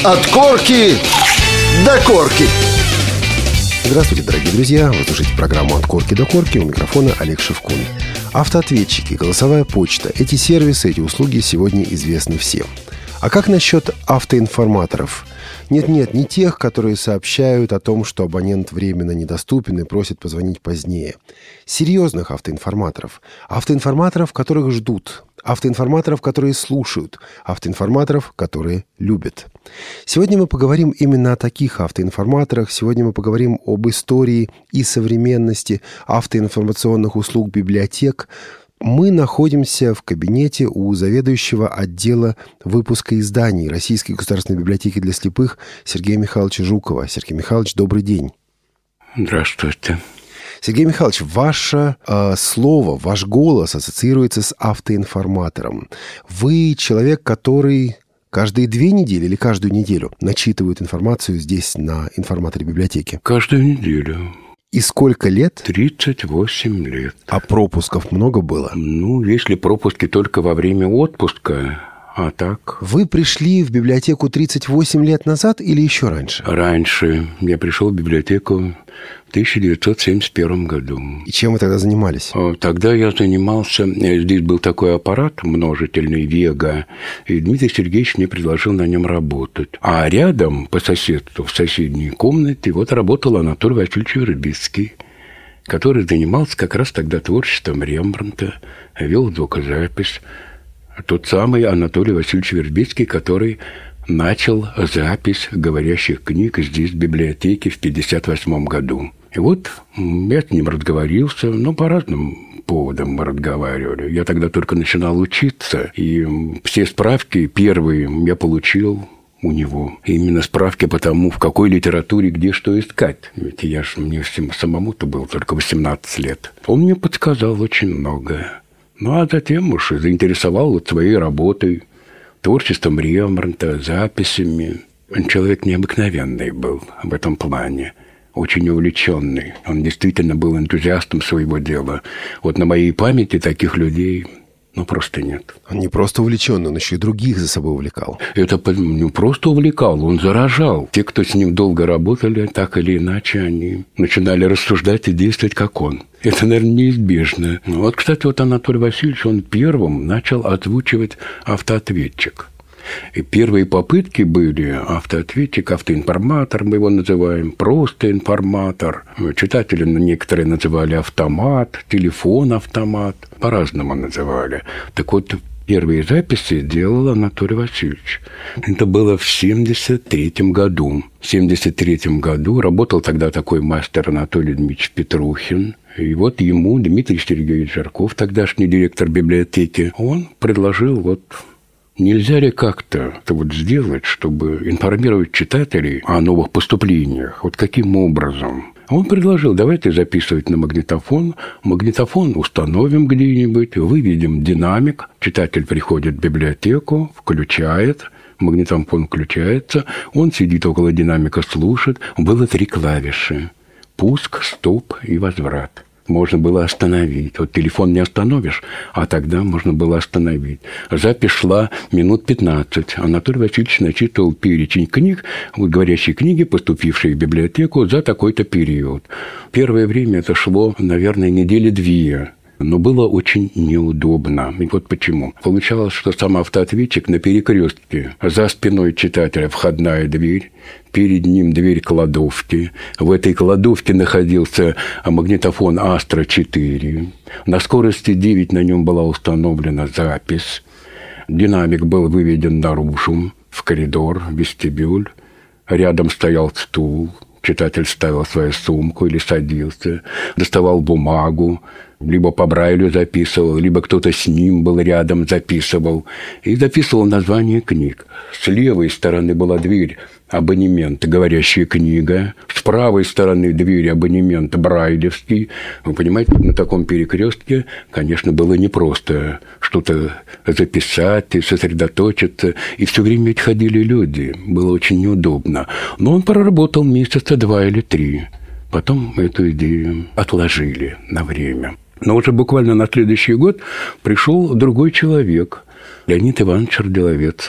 От корки до корки. Здравствуйте, дорогие друзья! Вы слушаете программу «От корки до корки». У микрофона Олег Шевкун. Автоответчики, голосовая почта. Эти сервисы, эти услуги сегодня известны всем. А как насчет автоинформаторов? Нет, не тех, которые сообщают о том, что абонент временно недоступен и просят позвонить позднее. Серьезных автоинформаторов. Автоинформаторов, которых ждут. Автоинформаторов, которые слушают. Автоинформаторов, которые любят. Сегодня мы поговорим именно о таких автоинформаторах. Сегодня мы поговорим об истории и современности автоинформационных услуг библиотек. Мы находимся в кабинете у заведующего отдела выпуска изданий Российской государственной библиотеки для слепых Сергея Михайловича Жукова. Сергей Михайлович, добрый день. Здравствуйте. Сергей Михайлович, ваше слово, ваш голос ассоциируется с автоинформатором. Вы человек, который каждые 2 недели или каждую неделю начитывает информацию здесь, на информаторе библиотеки? Каждую неделю. И сколько лет? 38 лет. А пропусков много было? Если пропуски только во время отпуска, а так... Вы пришли в библиотеку 38 лет назад или еще раньше? Раньше. Я пришел в библиотеку в 1971 году. И чем вы тогда занимались? Тогда я занимался... Здесь был такой аппарат множительный, Вега, и Дмитрий Сергеевич мне предложил на нем работать. А рядом, по соседству, в соседней комнате, работал Анатолий Васильевич Вербицкий, который занимался как раз тогда творчеством Рембрандта, вел звукозапись. Тот самый Анатолий Васильевич Вербицкий, который начал запись говорящих книг здесь, в библиотеке, в 1958 году. И я с ним разговорился, по разным поводам мы разговаривали. Я тогда только начинал учиться, и все справки первые я получил у него. Именно справки по тому, в какой литературе, где что искать. Ведь мне самому-то было только 18 лет. Он мне подсказал очень многое. А затем уж заинтересовал своей работой, творчеством Рембрандта, записями. Он человек необыкновенный был в этом плане, очень увлеченный. Он действительно был энтузиастом своего дела. На моей памяти таких людей просто нет. Он не просто увлеченный, он еще и других за собой увлекал. Это не просто увлекал, он заражал. Те, кто с ним долго работали, так или иначе, они начинали рассуждать и действовать, как он. Это, наверное, неизбежно. Кстати, Анатолий Васильевич, он первым начал озвучивать автоответчик. И первые попытки были автоответчик, автоинформатор, мы его называем, просто информатор. Читатели некоторые называли автомат, телефон-автомат, по-разному называли. Первые записи делал Анатолий Васильевич. Это было в 1973 году. В 1973 году работал тогда такой мастер Анатолий Дмитриевич Петрухин. И ему Дмитрий Сергеевич Жарков, тогдашний директор библиотеки, он предложил, нельзя ли как-то сделать, чтобы информировать читателей о новых поступлениях? Каким образом? Он предложил, давайте записывать на магнитофон. Магнитофон установим где-нибудь, выведем динамик. Читатель приходит в библиотеку, включает, магнитофон включается, он сидит около динамика, слушает. Было 3 клавиши. Пуск, стоп и возврат. Можно было остановить. Телефон не остановишь, а тогда можно было остановить. Запись шла минут 15. Анатолий Васильевич начитывал перечень книг, говорящие книги, поступившие в библиотеку за такой-то период. Первое время это шло, наверное, 2 недели. Но было очень неудобно. И почему. Получалось, что сам автоответчик на перекрестке. За спиной читателя входная дверь, перед ним дверь кладовки. В этой кладовке находился магнитофон Астра 4. На скорости 9 на нем была установлена запись. Динамик был выведен наружу, в коридор, в вестибюль. Рядом стоял стул. Читатель ставил свою сумку или садился, доставал бумагу, либо по Брайлю записывал, либо кто-то с ним был рядом, записывал. И записывал название книг. С левой стороны была дверь абонемент «Говорящая книга», с правой стороны дверь абонемент «Брайлевский». Вы понимаете, на таком перекрестке, конечно, было непросто что-то записать и сосредоточиться. И все время ведь ходили люди. Было очень неудобно. Но он проработал месяца 2 или 3. Потом эту идею отложили на время. Но уже буквально на следующий год пришел другой человек, Леонид Иванович Арделовец.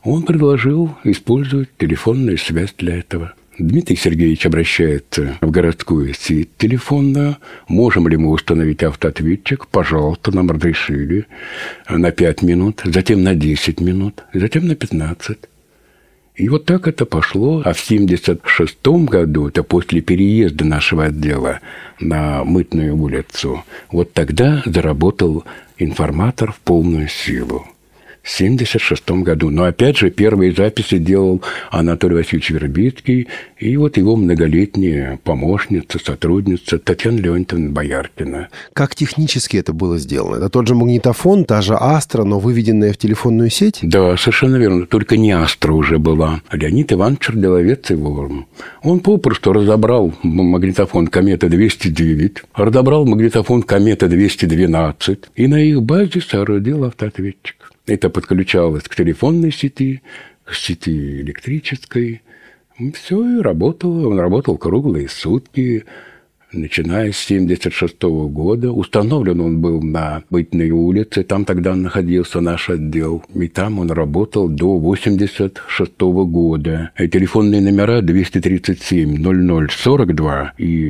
Он предложил использовать телефонную связь для этого. Дмитрий Сергеевич обращается в городскую сеть телефонную. Можем ли мы установить автоответчик? Пожалуйста, нам разрешили на 5 минут, затем на 10 минут, затем на 15. И вот так это пошло. А в 1976 году, это после переезда нашего отдела на Мытную улицу, вот тогда заработал информатор в полную силу. В 1976 году. Но опять же, первые записи делал Анатолий Васильевич Вербицкий и вот его многолетняя помощница, сотрудница Татьяна Леонтьевна Бояркина. Как технически это было сделано? Это тот же магнитофон, та же Астра, но выведенная в телефонную сеть? Да, совершенно верно. Только не Астра уже была. Леонид Иванович Деловец его. Он попросту разобрал магнитофон «Комета-209», разобрал магнитофон «Комета-212» и на их базе соорудил автоответчик. Это подключалось к телефонной сети, к сети электрической. Все, и работало. Он работал круглые сутки, начиная с 1976 года. Установлен он был на Мытной улице, там тогда находился наш отдел. И там он работал до 1986 года. И телефонные номера 237-00-42 и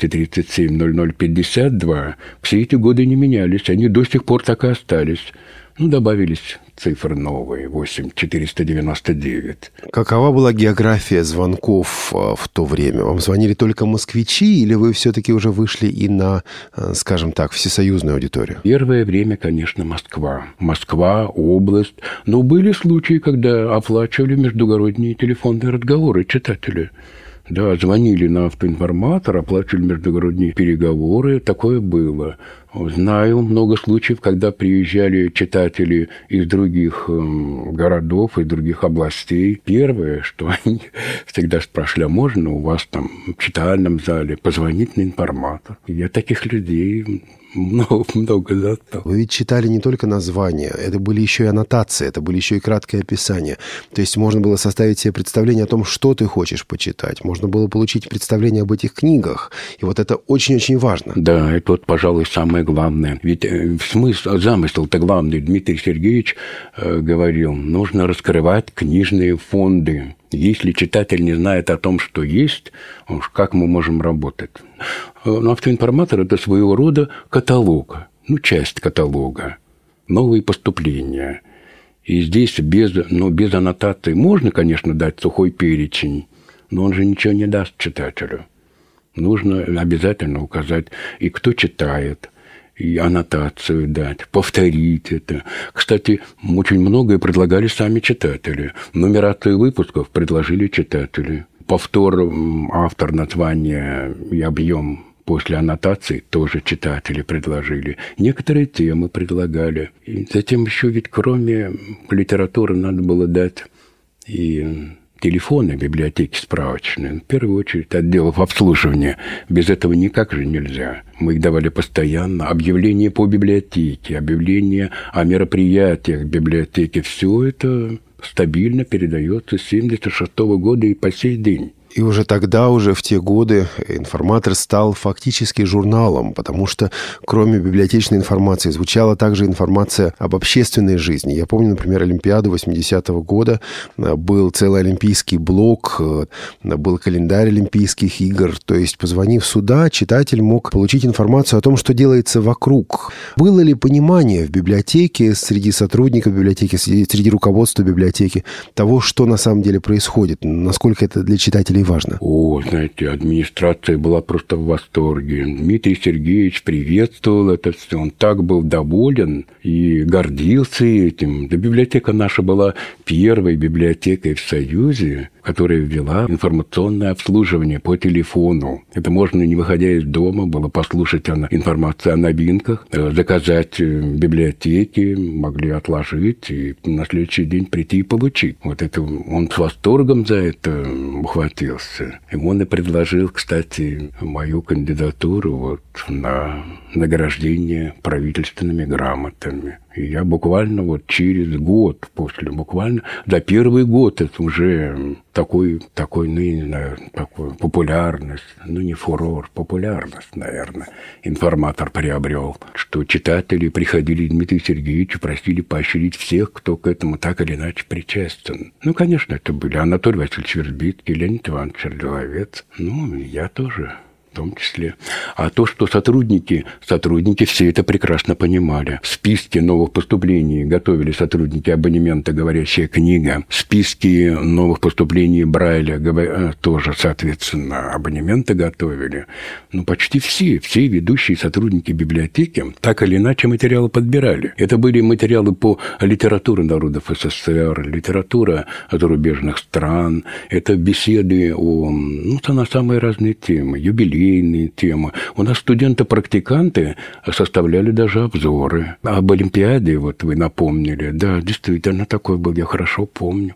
237-00-52 все эти годы не менялись. Они до сих пор так и остались. Добавились цифры новые, 8499. Какова была география звонков в то время? Вам звонили только москвичи, или вы все-таки уже вышли и на, скажем так, всесоюзную аудиторию? Первое время, конечно, Москва. Москва, область. Но были случаи, когда оплачивали междугородние телефонные разговоры читатели. Да, звонили на автоинформатор, оплачивали междугородние переговоры. Такое было. Знаю много случаев, когда приезжали читатели из других городов, из других областей. Первое, что они всегда спрашивали: а можно у вас там в читальном зале позвонить на информатор? Я таких людей много застал. Вы ведь читали не только названия, это были еще и аннотации, это были еще и краткое описание. То есть можно было составить себе представление о том, что ты хочешь почитать. Можно было получить представление об этих книгах. И вот это очень-очень важно. Да, это вот, пожалуй, самое главное. Ведь замысел-то главный. Дмитрий Сергеевич говорил, нужно раскрывать книжные фонды. Если читатель не знает о том, что есть, уж как мы можем работать? Но автоинформатор – это своего рода каталог, часть каталога, новые поступления. И здесь без аннотации можно, конечно, дать сухой перечень, но он же ничего не даст читателю. Нужно обязательно указать и кто читает, и аннотацию дать, повторить это. Кстати, очень многое предлагали сами читатели. Нумерацию выпусков предложили читатели. Повтор, автор, название и объем после аннотации тоже читатели предложили. Некоторые темы предлагали. И затем еще ведь кроме литературы надо было дать и телефоны, библиотеки справочные, в первую очередь отделов обслуживания. Без этого никак же нельзя. Мы их давали постоянно. Объявления по библиотеке, объявления о мероприятиях библиотеки. Все это стабильно передается с 1976 года и по сей день. И уже тогда, уже в те годы, информатор стал фактически журналом, потому что кроме библиотечной информации звучала также информация об общественной жизни. Я помню, например, Олимпиаду 80-го года, был целый олимпийский блок, был календарь Олимпийских игр. То есть, позвонив сюда, читатель мог получить информацию о том, что делается вокруг. Было ли понимание в библиотеке, среди сотрудников библиотеки, среди руководства библиотеки того, что на самом деле происходит? Насколько это для читателей важно? Знаете, администрация была просто в восторге. Дмитрий Сергеевич приветствовал это все. Он так был доволен и гордился этим. Да, библиотека наша была первой библиотекой в Союзе, которая ввела информационное обслуживание по телефону. Это можно, не выходя из дома, было послушать информацию о новинках, заказать в библиотеке, могли отложить и на следующий день прийти и получить. Вот это он с восторгом за это ухватился. И он и предложил, кстати, мою кандидатуру на награждение правительственными грамотами. И я буквально через год буквально за первый год это уже такую, ну, я не знаю, такую популярность, ну, не фурор, популярность, наверное, информатор приобрел, что читатели приходили к Дмитрию Сергеевичу, просили поощрить всех, кто к этому так или иначе причастен. Ну, конечно, это были Анатолий Васильевич Вербицкий, Леонид Иванович Орловец, ну, и я тоже. В том числе. А то, что сотрудники все это прекрасно понимали. В списке новых поступлений готовили сотрудники абонемента «Говорящая книга». В списке новых поступлений Брайля тоже, соответственно, абонемента готовили. Ну, почти все ведущие сотрудники библиотеки так или иначе материалы подбирали. Это были материалы по литературе народов СССР, литература зарубежных стран. Это беседы на самые разные темы, юбилейные темы. У нас студенты-практиканты составляли даже обзоры. Об Олимпиаде, вот вы напомнили. Да, действительно, такой был, я хорошо помню.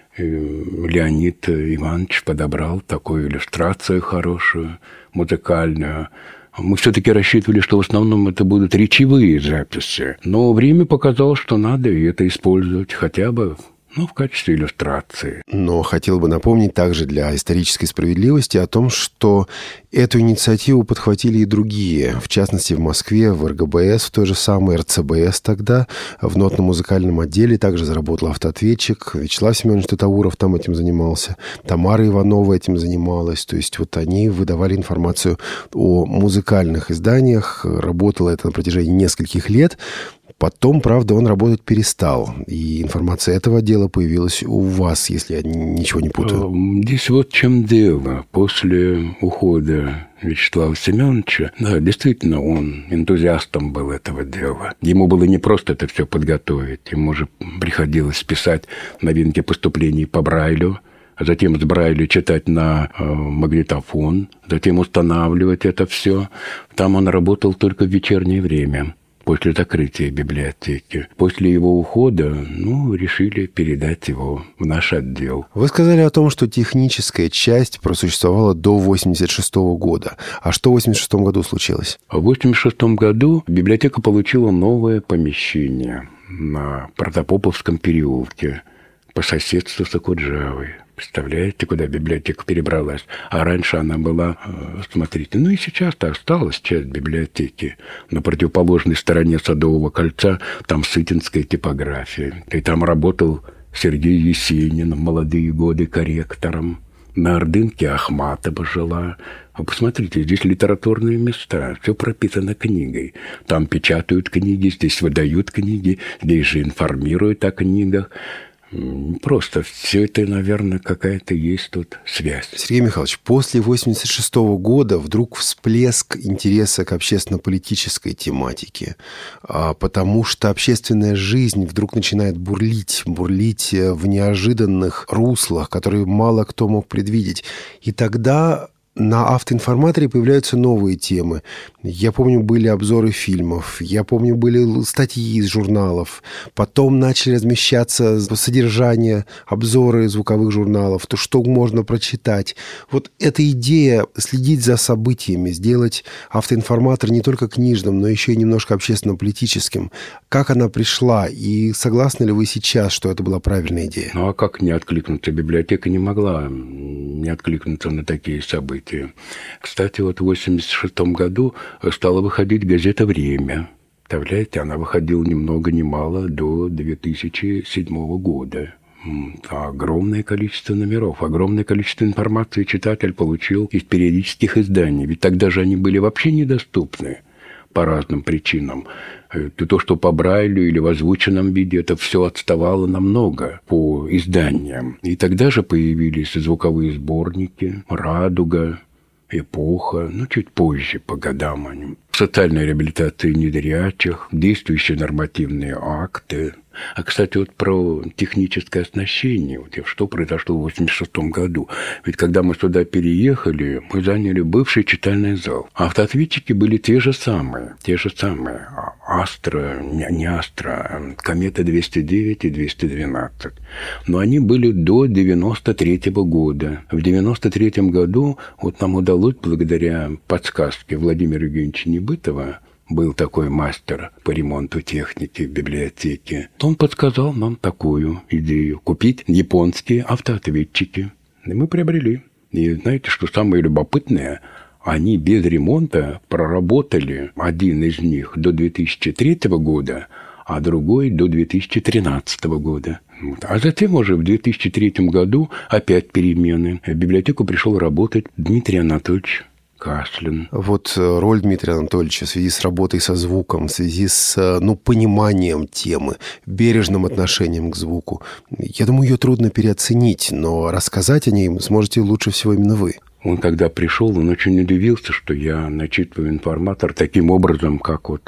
Леонид Иванович подобрал такую иллюстрацию хорошую, музыкальную. Мы все-таки рассчитывали, что в основном это будут речевые записи. Но время показало, что надо и это использовать хотя бы в качестве иллюстрации. Но хотел бы напомнить также для исторической справедливости о том, что эту инициативу подхватили и другие. В частности, в Москве, в РГБС, в той же самой РЦБС тогда, в нотно-музыкальном отделе также заработал автоответчик. Вячеслав Семенович Татауров там этим занимался. Тамара Иванова этим занималась. То есть вот они выдавали информацию о музыкальных изданиях. Работало это на протяжении нескольких лет. Потом, правда, он работать перестал. И информация этого отдела появилась у вас, если я ничего не путаю. Здесь вот в чем дело. После ухода Вячеслава Семеновича, да, действительно, он энтузиастом был этого дела. Ему было не просто это все подготовить. Ему же приходилось писать новинки поступлений по Брайлю, а затем с Брайля читать на магнитофон, затем устанавливать это все. Там он работал только в вечернее время, после закрытия библиотеки. После его ухода, решили передать его в наш отдел. Вы сказали о том, что техническая часть просуществовала до 1986 года. А что в 1986 году случилось? В 1986 году библиотека получила новое помещение на Протопоповском переулке по соседству с Акуджавой. Представляете, куда библиотека перебралась? А раньше она была, смотрите, и сейчас-то осталась часть библиотеки. На противоположной стороне Садового кольца там сытинская типография. И там работал Сергей Есенин в молодые годы корректором. На Ордынке Ахматова жила. Вы посмотрите, здесь литературные места, все пропитано книгой. Там печатают книги, здесь выдают книги, здесь же информируют о книгах. Просто все это, наверное, какая-то есть тут связь. Сергей Михайлович, после 1986 года вдруг всплеск интереса к общественно-политической тематике, потому что общественная жизнь вдруг начинает бурлить в неожиданных руслах, которые мало кто мог предвидеть. И тогда на автоинформаторе появляются новые темы. Я помню, были обзоры фильмов, я помню, были статьи из журналов. Потом начали размещаться содержание, обзоры звуковых журналов, то, что можно прочитать. Вот эта идея следить за событиями, сделать автоинформатор не только книжным, но еще и немножко общественно-политическим. Как она пришла? И согласны ли вы сейчас, что это была правильная идея? А как не откликнуться? Библиотека не могла не откликнуться на такие события. Кстати, вот в 1986 году стала выходить газета «Время». Представляете, она выходила ни много ни мало до 2007 года. Огромное количество номеров, огромное количество информации читатель получил из периодических изданий. Ведь тогда же они были вообще недоступны по разным причинам. То, что по Брайлю или в озвученном виде, это все отставало намного по изданиям. И тогда же появились звуковые сборники, «Радуга», «Эпоха», чуть позже, по годам они. Социальная реабилитация незрячих, действующие нормативные акты. А, кстати, вот про техническое оснащение, что произошло в 1986 году. Ведь когда мы сюда переехали, мы заняли бывший читальный зал. Автоответчики были те же самые. Астра, не Астра, Комета 209 и 212. Но они были до 1993 года. В 1993 году нам удалось, благодаря подсказке Владимира Евгеньевича Небытова, был такой мастер по ремонту техники в библиотеке. Он подсказал нам такую идею – купить японские автоответчики. И мы приобрели. И знаете, что самое любопытное? Они без ремонта проработали, один из них до 2003 года, а другой до 2013 года. А затем уже в 2003 году опять перемены. В библиотеку пришел работать Дмитрий Анатольевич Каслин. Вот роль Дмитрия Анатольевича в связи с работой со звуком, в связи с пониманием темы, бережным отношением к звуку. Я думаю, ее трудно переоценить, но рассказать о ней сможете лучше всего именно вы. Он когда пришел, он очень удивился, что я начитываю информатор таким образом, как вот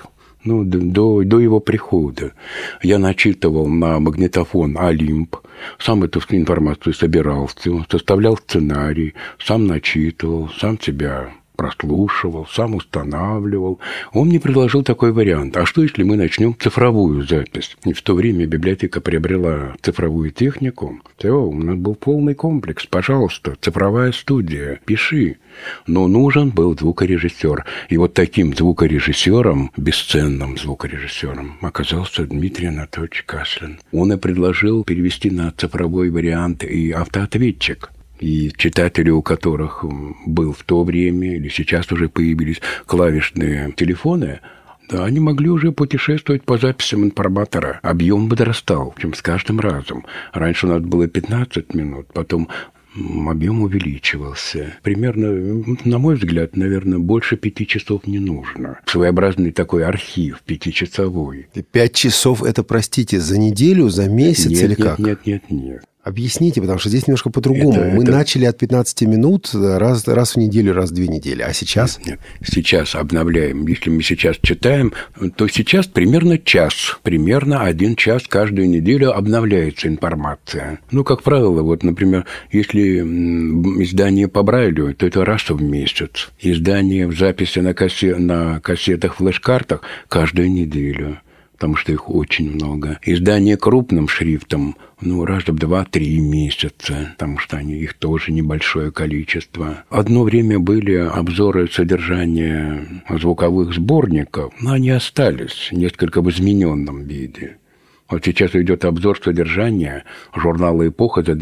до его прихода. Я начитывал на магнитофон «Олимп», сам эту информацию собирал, составлял сценарий, сам начитывал, сам себя прослушивал, сам устанавливал. Он мне предложил такой вариант. А что, если мы начнем цифровую запись? И в то время библиотека приобрела цифровую технику. Все, у нас был полный комплекс. Пожалуйста, цифровая студия, пиши. Но нужен был звукорежиссер. И вот таким звукорежиссером, бесценным звукорежиссером, оказался Дмитрий Анатольевич Каслин. Он и предложил перевести на цифровой вариант и автоответчик. И читатели, у которых был в то время, или сейчас уже появились клавишные телефоны, да, они могли уже путешествовать по записям информатора. Объем подрастал, чем с каждым разом. Раньше у нас было 15 минут, потом объем увеличивался. Примерно, на мой взгляд, наверное, больше 5 часов не нужно. Своеобразный такой архив 5-часовой. 5 часов – это, простите, за неделю, за месяц или как? Нет. Объясните, потому что здесь немножко по-другому. Мы начали от 15 минут раз в неделю, раз в 2 недели. А сейчас? Нет. Сейчас обновляем. Если мы сейчас читаем, то сейчас примерно час. Примерно 1 час каждую неделю обновляется информация. Как правило, вот, например, если издание по Брайлю, то это раз в месяц. Издание в записи на кассетах, флеш-картах каждую неделю. Потому что их очень много. Издание крупным шрифтом, раз в 2-3 месяца, потому что их тоже небольшое количество. Одно время были обзоры содержания звуковых сборников, но они остались несколько в измененном виде. Вот сейчас идет обзор содержания журнала «Эпоха» за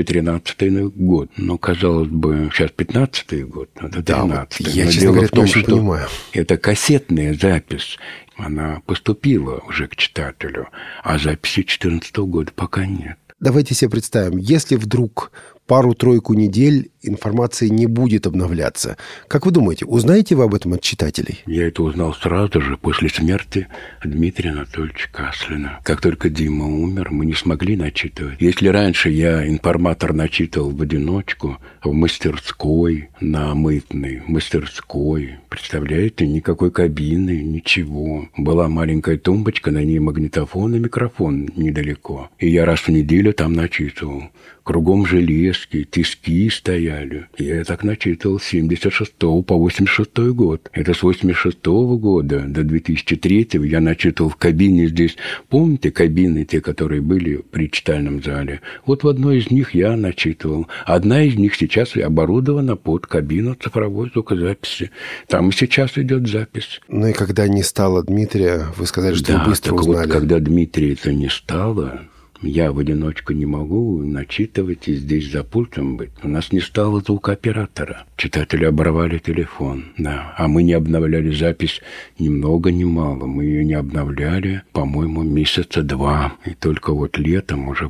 2013 год. Казалось бы, сейчас 15-й год, это 13-й. Я, честно говоря, не очень понимаю. Это кассетная запись. Она поступила уже к читателю, а записи 2014 года пока нет. Давайте себе представим, если вдруг пару-тройку недель информация не будет обновляться. Как вы думаете, узнаете вы об этом от читателей? Я это узнал сразу же после смерти Дмитрия Анатольевича Каслина. Как только Дима умер, мы не смогли начитывать. Если раньше я информатор начитывал в одиночку, в мастерской, на Мытной мастерской, представляете, никакой кабины, ничего. Была маленькая тумбочка, на ней магнитофон и микрофон недалеко. И я раз в неделю там начитывал. Кругом железки, тиски стояли. Я так начитывал с 76 по 86 год. Это с 86 года до 2003 я начитывал в кабине здесь. Помните кабины, те, которые были при читальном зале? Вот в одной из них я начитывал. Одна из них сейчас оборудована под кабину цифровой звукозаписи. Там и сейчас идет запись. И когда не стало Дмитрия, вы сказали, что вы быстро узнали. Вот, когда Дмитрия-то не стало, я в одиночку не могу начитывать и здесь за пультом быть. У нас не стало звукооператора. Читатели оборвали телефон. Да. А мы не обновляли запись ни много ни мало. Мы ее не обновляли, по-моему, месяца 2. И только вот летом уже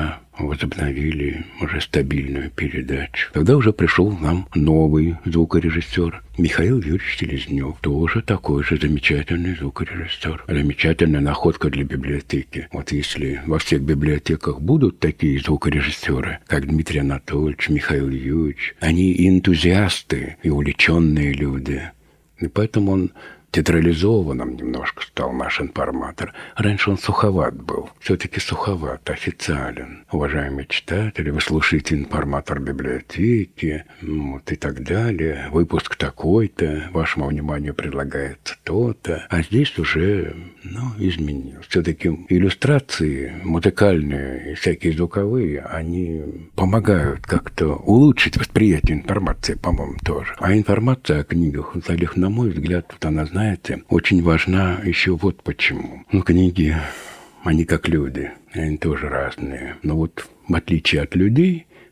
возобновили уже стабильную передачу. Тогда уже пришел нам новый звукорежиссер Михаил Юрьевич Телезнев. Тоже такой же замечательный звукорежиссер. Замечательная находка для библиотеки. Вот если во всех библиотеках будут такие звукорежиссеры, как Дмитрий Анатольевич, Михаил Юрьевич, они и энтузиасты, и увлеченные люди. И поэтому он театрализованным немножко стал наш информатор. Раньше он суховат был. Все-таки суховат, официален. Уважаемые читатели, вы слушаете информатор библиотеки, и так далее. Выпуск такой-то, вашему вниманию предлагается то-то. А здесь уже, изменилось. Все-таки иллюстрации музыкальные и всякие звуковые, они помогают как-то улучшить восприятие информации, по-моему, тоже. А информация о книгах, на мой взгляд, она, знаете, очень важна еще вот почему. Книги, они как люди, они тоже разные. Но вот в отличие от людей,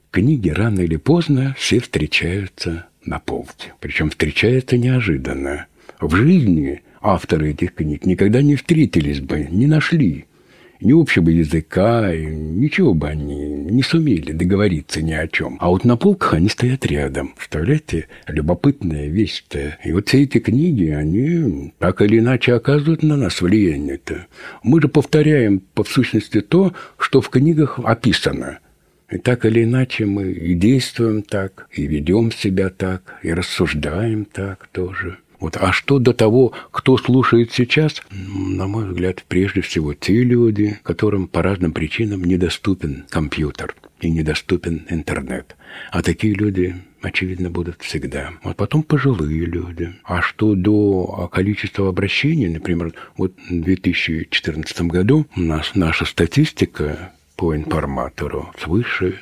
книги рано или поздно все встречаются на полке. Причем встречаются неожиданно. В жизни авторы этих книг никогда не встретились бы, не нашли ни общего языка, ничего бы они не сумели договориться ни о чем. А вот на полках они стоят рядом. Представляете, любопытная вещь-то. И вот все эти книги, они так или иначе оказывают на нас влияние-то. Мы же повторяем, в сущности, то, что в книгах описано. И так или иначе мы и действуем так, и ведем себя так, и рассуждаем так тоже. Вот. А что до того, кто слушает сейчас, на мой взгляд, прежде всего те люди, которым по разным причинам недоступен компьютер и недоступен интернет. А такие люди, очевидно, будут всегда. Вот потом пожилые люди. А что до количества обращений, например, вот в 2014 году у нас наша статистика по информатору свыше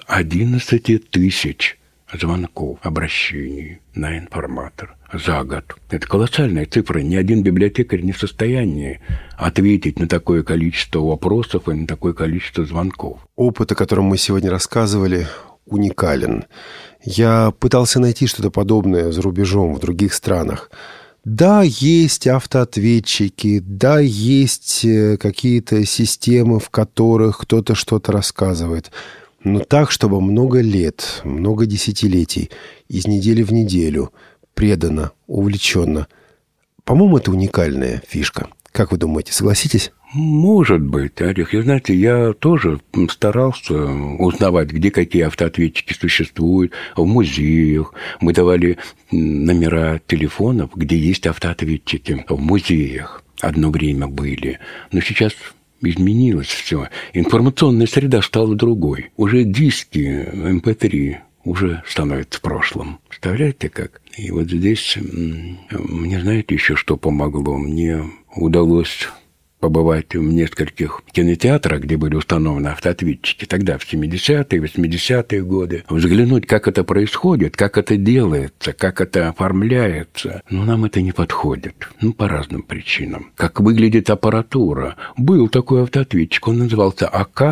11 тысяч звонков, обращений на информатор за год. Это колоссальная цифра. Ни один библиотекарь не в состоянии ответить на такое количество вопросов и на такое количество звонков. Опыт, о котором мы сегодня рассказывали, уникален. Я пытался найти что-то подобное за рубежом, в других странах. Да, есть автоответчики, да, есть какие-то системы, в которых кто-то что-то рассказывает. Но так, чтобы много лет, много десятилетий, из недели в неделю, преданно, увлеченно. По-моему, это уникальная фишка. Как вы думаете, согласитесь? Может быть, Олег. Знаете, я тоже старался узнавать, где какие автоответчики существуют, в музеях. Мы давали номера телефонов, где есть автоответчики. В музеях одно время были. Но сейчас изменилось все. Информационная среда стала другой. Уже диски MP3 уже становятся в прошлом. Представляете, как? И вот здесь мне, знаете, еще что помогло? Мне удалось побывать в нескольких кинотеатрах, где были установлены автоответчики, тогда, в 70-е, 80-е годы, взглянуть, как это происходит, как это делается, как это оформляется. Но нам это не подходит, по разным причинам. Как выглядит аппаратура. Был такой автоответчик, он назывался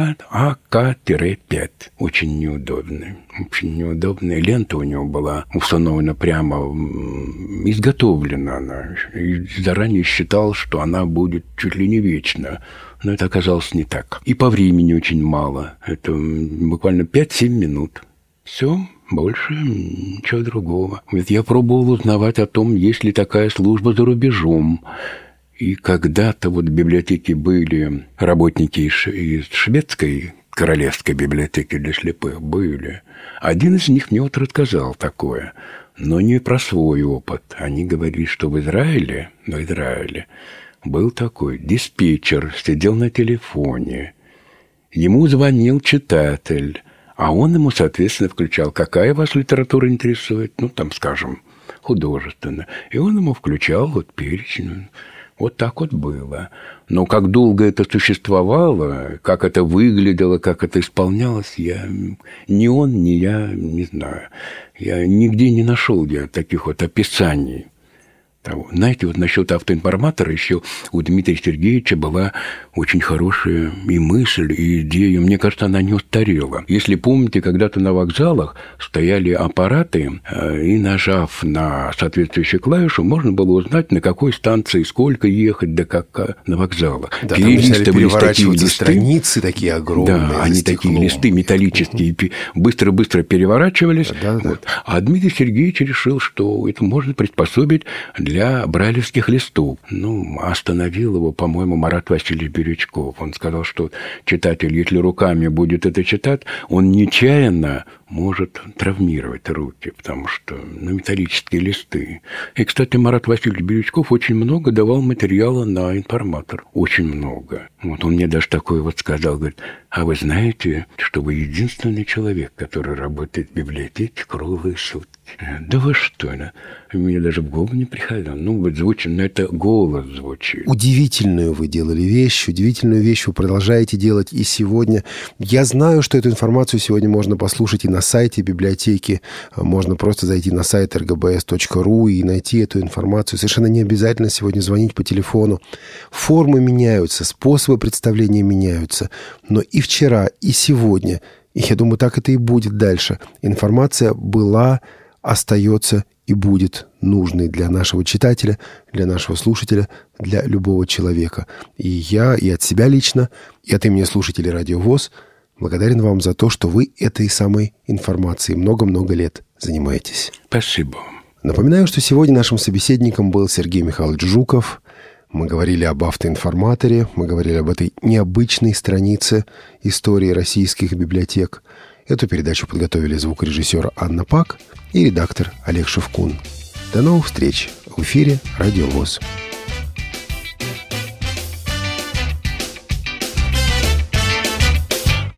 АК-5. Очень неудобный. Очень неудобная. Лента у него была установлена прямо, изготовлена она. И заранее считал, что она будет чуть ли не вечно. Но это оказалось не так. И по времени очень мало. Это буквально 5-7 минут. Все, больше ничего другого. Ведь я пробовал узнавать о том, есть ли такая служба за рубежом. И когда-то вот в библиотеке были работники из шведской королевской библиотеки для слепых были. Один из них мне вот рассказал такое, но не про свой опыт. Они говорили, что в Израиле был такой диспетчер, сидел на телефоне. Ему звонил читатель, а он ему, соответственно, включал, какая вас литература интересует, скажем, художественная. И он ему включал вот перечень. Вот так вот было. Но как долго это существовало, как это выглядело, как это исполнялось, ни он, ни я не знаю. Я нигде не нашел таких вот описаний того. Знаете, вот насчет автоинформатора еще у Дмитрия Сергеевича была очень хорошая и мысль, и идея. Мне кажется, она не устарела. Если помните, когда-то на вокзалах стояли аппараты, и нажав на соответствующую клавишу, можно было узнать, на какой станции сколько ехать, на вокзалах. Да, переворачиваются страницы такие огромные. Да, они такие листы металлические, быстро-быстро переворачивались. Да. Вот. А Дмитрий Сергеевич решил, что это можно приспособить для брайлевских листов. Остановил его, по-моему, Марат Васильевич Бирючков. Он сказал, что читатель, если руками будет это читать, он нечаянно может травмировать руки, потому что металлические листы. И, кстати, Марат Васильевич Бирючков очень много давал материала на информатор. Очень много. Вот он мне даже такое вот сказал, говорит, а вы знаете, что вы единственный человек, который работает в библиотеке круглые сутки? Да вы что? Мне даже в голову не приходило. Вот звучит, но это голос звучит. Удивительную вы делали вещь, удивительную вещь вы продолжаете делать и сегодня. Я знаю, что эту информацию сегодня можно послушать и на сайте библиотеки. Можно просто зайти на сайт rgbs.ru и найти эту информацию. Совершенно не обязательно сегодня звонить по телефону. Формы меняются, способы представления меняются. Но и вчера, и сегодня И я думаю, так это и будет дальше. Информация была, остается и будет нужной для нашего читателя, для нашего слушателя, для любого человека. И я и от себя лично, и от имени слушателей Радио ВОС благодарен вам за то, что вы этой самой информацией много-много лет занимаетесь. Спасибо вам. Напоминаю, что сегодня нашим собеседником был Сергей Михайлович Жуков. Мы говорили об автоинформаторе, мы говорили об этой необычной странице истории российских библиотек. Эту передачу подготовили звукорежиссер Анна Пак и редактор Олег Шевкун. До новых встреч в эфире Радио ВОС.